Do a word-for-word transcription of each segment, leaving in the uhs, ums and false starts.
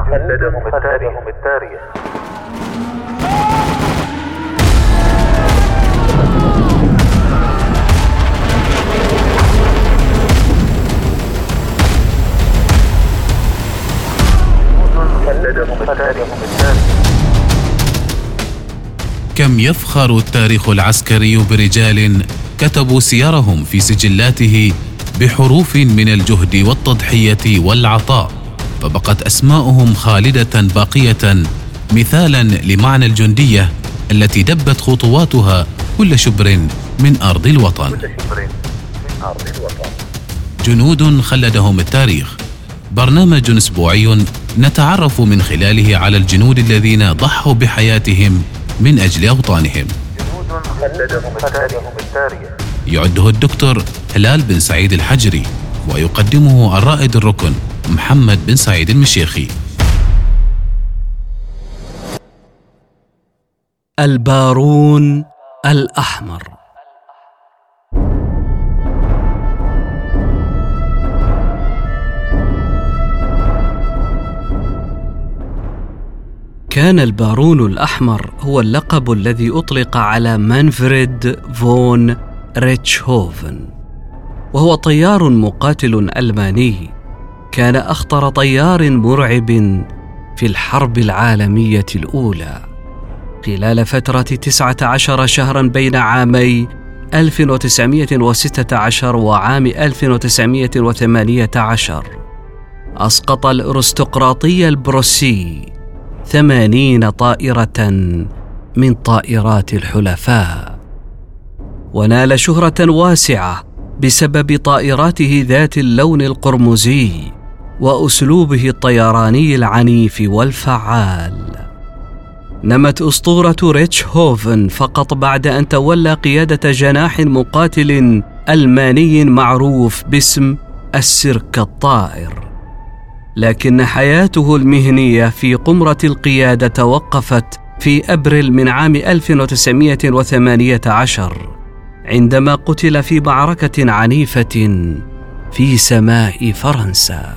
خلدهم التاريخ. كم يفخر التاريخ العسكري برجال كتبوا سيرهم في سجلاته بحروف من الجهد والتضحية والعطاء، فبقت أسماؤهم خالدة باقية مثالا لمعنى الجندية التي دبت خطواتها كل شبر من أرض الوطن. جنود خلدهم التاريخ، برنامج أسبوعي نتعرف من خلاله على الجنود الذين ضحوا بحياتهم من أجل أوطانهم. يعده الدكتور هلال بن سعيد الحجري، ويقدمه الرائد الركن محمد بن سعيد المشيخي. البارون الأحمر. كان البارون الأحمر هو اللقب الذي أطلق على مانفريد فون ريتشهوفن، وهو طيار مقاتل ألماني كان أخطر طيار مرعب في الحرب العالمية الأولى. خلال فترة تسعة عشر شهرا بين عامي ألف وتسعمائة وستة عشر وعام ألف وتسعمائة وثمانية عشر أسقط الأرستقراطي البروسي ثمانين طائرة من طائرات الحلفاء، ونال شهرة واسعة بسبب طائراته ذات اللون القرمزي وأسلوبه الطيراني العنيف والفعال. نمت أسطورة ريتشهوفن فقط بعد أن تولى قيادة جناح مقاتل ألماني معروف باسم السيرك الطائر، لكن حياته المهنية في قمرة القيادة توقفت في أبريل من عام ألف وتسعمائة وثمانية عشر عندما قتل في معركة عنيفة في سماء فرنسا.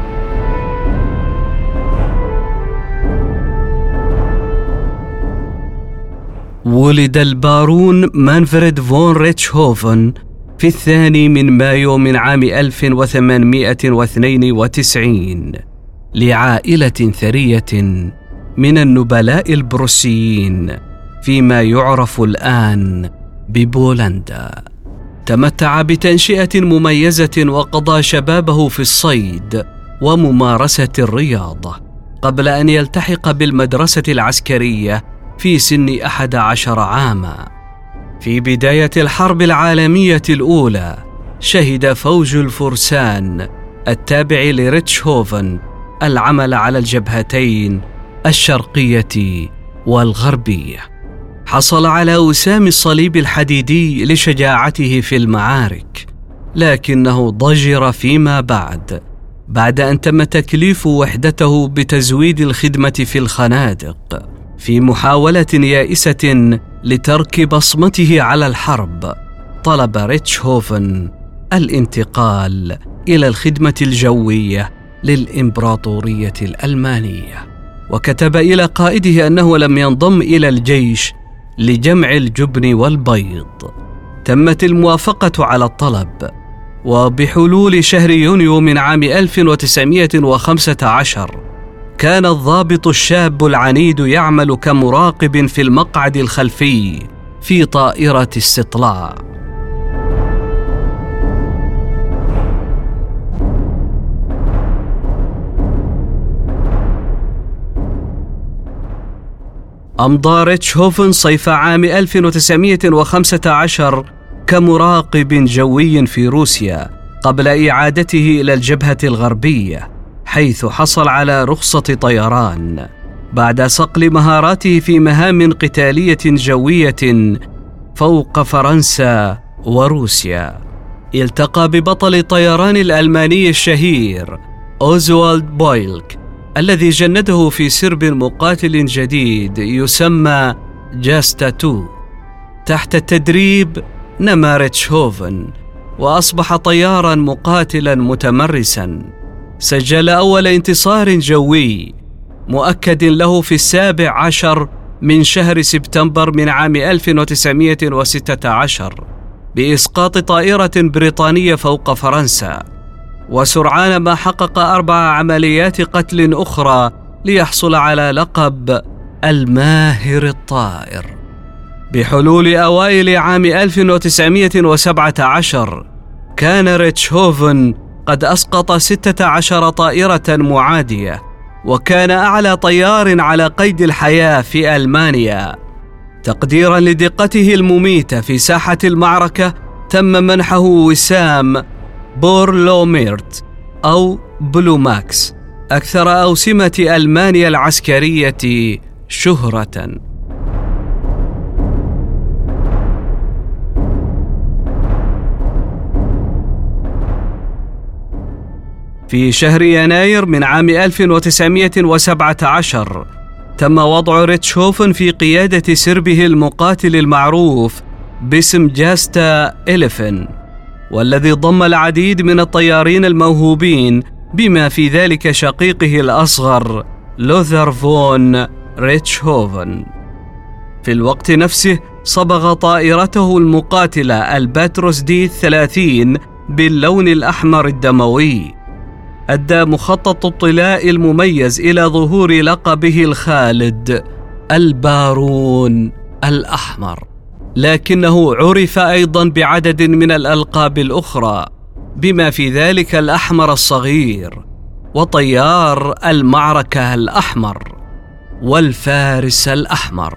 ولد البارون مانفريد فون ريتشهوفن في الثاني من مايو من عام ألف وثمانمائة واثنين وتسعين لعائلة ثرية من النبلاء البروسيين فيما يعرف الآن ببولندا. تمتع بتنشئة مميزة وقضى شبابه في الصيد وممارسة الرياضة قبل أن يلتحق بالمدرسة العسكرية في سن أحد عشر عاما. في بداية الحرب العالمية الأولى شهد فوج الفرسان التابع لريتشهوفن العمل على الجبهتين الشرقية والغربية. حصل على وسام الصليب الحديدي لشجاعته في المعارك، لكنه ضجر فيما بعد بعد أن تم تكليف وحدته بتزويد الخدمة في الخنادق. في محاولة يائسة لترك بصمته على الحرب، طلب ريتشهوفن الانتقال إلى الخدمة الجوية للإمبراطورية الألمانية، وكتب إلى قائده أنه لم ينضم إلى الجيش لجمع الجبن والبيض. تمت الموافقة على الطلب، وبحلول شهر يونيو من عام ألف وتسعمائة وخمسة عشر كان الضابط الشاب العنيد يعمل كمراقب في المقعد الخلفي في طائرة استطلاع. أمضى ريتشهوفن صيف عام ألف وتسعمائة وخمسة عشر كمراقب جوي في روسيا قبل إعادته إلى الجبهة الغربية، حيث حصل على رخصة طيران بعد صقل مهاراته في مهام قتالية جوية فوق فرنسا وروسيا. التقى ببطل طيران الألماني الشهير أوزوالد بويلك الذي جنده في سرب مقاتل جديد يسمى جاستاتو. تحت التدريب نما ريتشهوفن وأصبح طيارا مقاتلا متمرسا. سجل أول انتصار جوي مؤكد له في السابع عشر من شهر سبتمبر من عام ألف وتسعمائة وستة عشر بإسقاط طائرة بريطانية فوق فرنسا، وسرعان ما حقق أربع عمليات قتل أخرى ليحصل على لقب الماهر الطائر. بحلول أوائل عام ألف وتسعمائة وسبعة عشر كان ريتشهوفن قد أسقط ستة عشر طائرة معادية، وكان أعلى طيار على قيد الحياة في ألمانيا. تقديرا لدقته المميتة في ساحة المعركة تم منحه وسام بورلوميرت أو بلو ماكس، أكثر أوسمة ألمانيا العسكرية شهرة. في شهر يناير من عام ألف وتسعمائة وسبعة عشر تم وضع ريتشهوفن في قيادة سربه المقاتل المعروف باسم جاستا إليفن، والذي ضم العديد من الطيارين الموهوبين بما في ذلك شقيقه الأصغر لوثر فون ريتشهوفن. في الوقت نفسه صبغ طائرته المقاتلة الباتروس دي ثلاثين باللون الأحمر الدموي. أدى مخطط الطلاء المميز إلى ظهور لقبه الخالد البارون الأحمر، لكنه عرف أيضا بعدد من الألقاب الأخرى بما في ذلك الأحمر الصغير، وطيار المعركة الأحمر، والفارس الأحمر.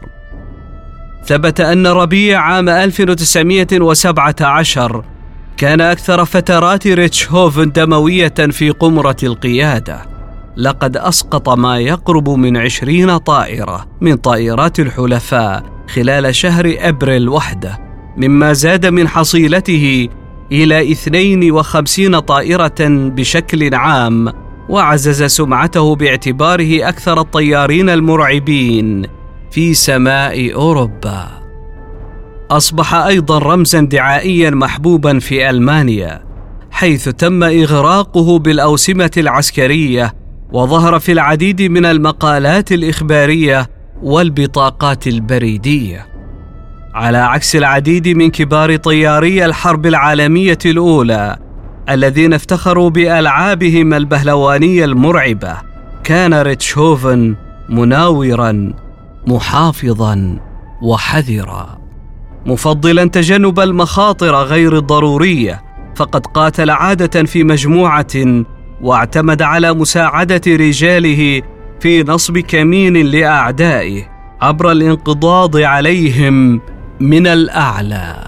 ثبت أن ربيع عام ألف وتسعمائة وسبعة عشر كان أكثر فترات ريتشهوفن دموية في قمرة القيادة، لقد أسقط ما يقرب من عشرين طائرة من طائرات الحلفاء خلال شهر أبريل وحده، مما زاد من حصيلته إلى اثنين وخمسين طائرة بشكل عام، وعزز سمعته باعتباره أكثر الطيارين المرعبين في سماء أوروبا. أصبح أيضا رمزا دعائيا محبوبا في ألمانيا، حيث تم إغراقه بالأوسمة العسكرية، وظهر في العديد من المقالات الإخبارية والبطاقات البريدية. على عكس العديد من كبار طياري الحرب العالمية الأولى الذين افتخروا بألعابهم البهلوانية المرعبة، كان ريتشهوفن مناورا محافظا وحذرا، مفضلا تجنب المخاطر غير الضرورية، فقد قاتل عادة في مجموعة، واعتمد على مساعدة رجاله في نصب كمين لأعدائه عبر الانقضاض عليهم من الأعلى.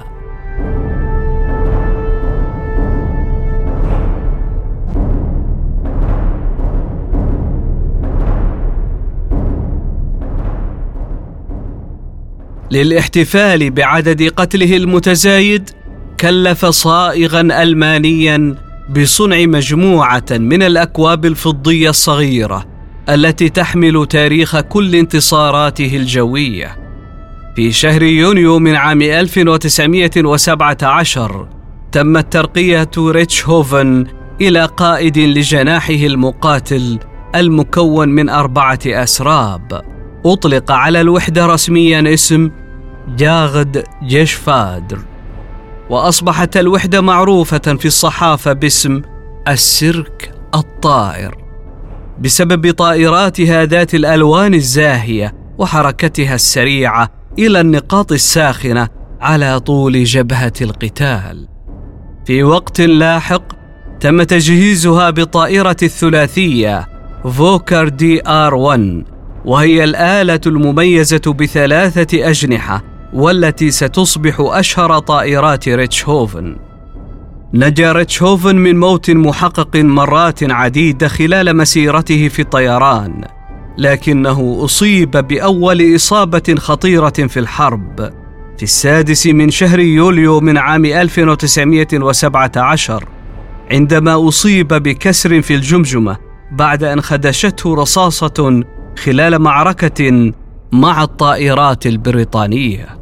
للاحتفال بعدد قتله المتزايد، كلف صائغا ألمانيا بصنع مجموعة من الأكواب الفضية الصغيرة التي تحمل تاريخ كل انتصاراته الجوية. في شهر يونيو من عام ألف وتسعمائة وسبعة عشر تمت ترقية ريتشهوفن إلى قائد لجناحه المقاتل المكون من أربعة أسراب. أطلق على الوحدة رسميا اسم جاغد جيشفادر، وأصبحت الوحدة معروفة في الصحافة باسم السيرك الطائر بسبب طائراتها ذات الألوان الزاهية وحركتها السريعة إلى النقاط الساخنة على طول جبهة القتال. في وقت لاحق تم تجهيزها بطائرة الثلاثية فوكر دي آر واحد، وهي الآلة المميزة بثلاثة أجنحة والتي ستصبح أشهر طائرات ريتشهوفن. نجا ريتشهوفن من موت محقق مرات عديدة خلال مسيرته في الطيران، لكنه أصيب بأول إصابة خطيرة في الحرب في السادس من شهر يوليو من عام ألف وتسعمائة وسبعة عشر، عندما أصيب بكسر في الجمجمة بعد أن خدشته رصاصة خلال معركة مع الطائرات البريطانية.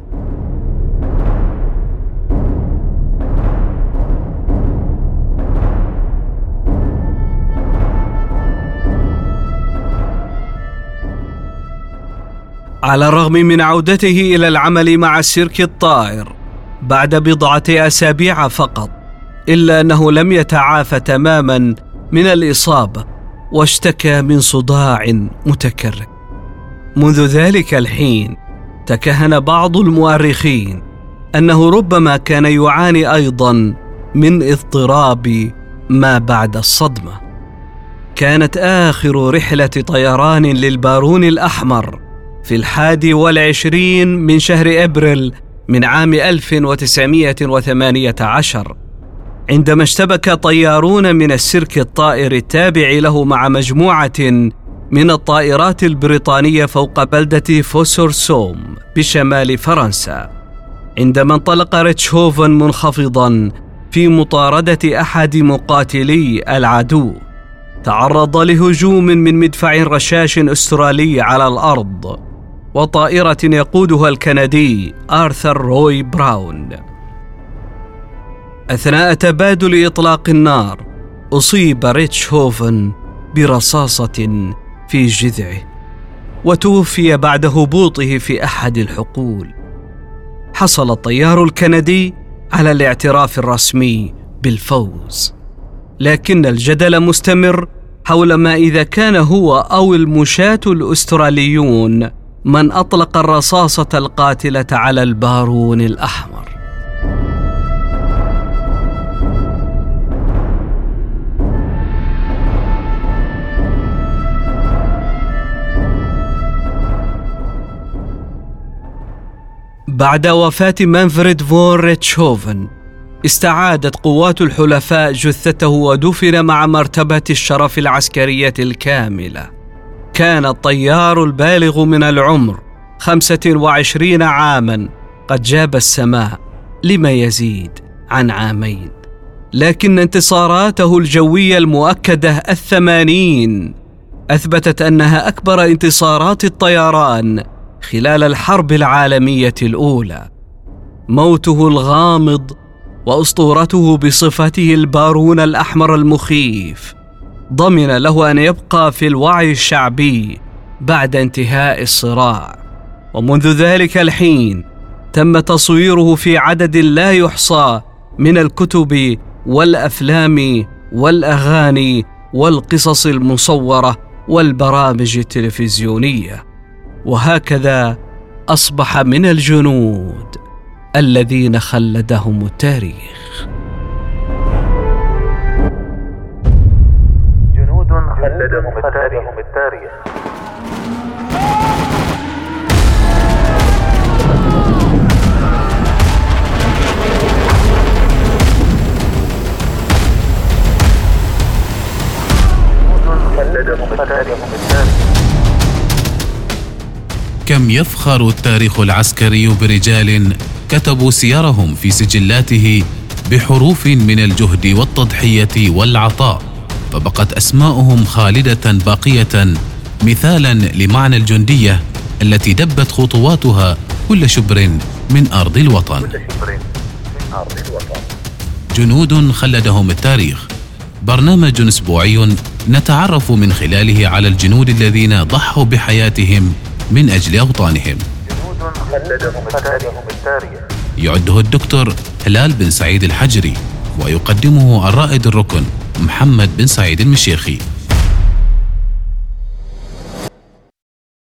على الرغم من عودته إلى العمل مع السيرك الطائر بعد بضعة أسابيع فقط، إلا أنه لم يتعافى تماما من الإصابة واشتكى من صداع متكرر. منذ ذلك الحين تكهن بعض المؤرخين أنه ربما كان يعاني أيضا من اضطراب ما بعد الصدمة. كانت آخر رحلة طيران للبارون الأحمر في الحادي والعشرين من شهر أبريل من عام ألف وتسعمائة وثمانية عشر، عندما اشتبك طيارون من السيرك الطائر التابع له مع مجموعة من الطائرات البريطانية فوق بلدة فوسورسوم بشمال فرنسا، عندما انطلق ريتشهوفن منخفضا في مطاردة أحد مقاتلي العدو. تعرض لهجوم من مدفع رشاش أسترالي على الأرض وطائرة يقودها الكندي آرثر روي براون. أثناء تبادل إطلاق النار أصيب ريتشهوفن برصاصة في جذعه وتوفي بعد هبوطه في أحد الحقول. حصل الطيار الكندي على الاعتراف الرسمي بالفوز، لكن الجدل مستمر حول ما إذا كان هو أو المشاة الأستراليون من أطلق الرصاصة القاتلة على البارون الأحمر. بعد وفاة مانفريد فون ريتشهوفن استعادت قوات الحلفاء جثته ودفن مع مرتبة الشرف العسكرية الكاملة. كان الطيار البالغ من العمر خمسة وعشرين عاما قد جاب السماء لما يزيد عن عامين، لكن انتصاراته الجوية المؤكدة الثمانين أثبتت أنها أكبر انتصارات الطيران خلال الحرب العالمية الأولى. موته الغامض وأسطورته بصفته البارون الأحمر المخيف ضمن له أن يبقى في الوعي الشعبي بعد انتهاء الصراع، ومنذ ذلك الحين تم تصويره في عدد لا يحصى من الكتب والأفلام والأغاني والقصص المصورة والبرامج التلفزيونية. وهكذا أصبح من الجنود الذين خلدهم التاريخ. جنود خلدهم التاريخ. كم يفخر التاريخ العسكري برجال كتبوا سيرهم في سجلاته بحروف من الجهد والتضحية والعطاء، فبقت أسماؤهم خالدة باقية مثالا لمعنى الجندية التي دبت خطواتها كل شبر من أرض الوطن. جنود خلدهم التاريخ، برنامج أسبوعي نتعرف من خلاله على الجنود الذين ضحوا بحياتهم من أجل أوطانهم. يعده الدكتور هلال بن سعيد الحجري، ويقدمه الرائد الركن محمد بن سعيد المشيخي.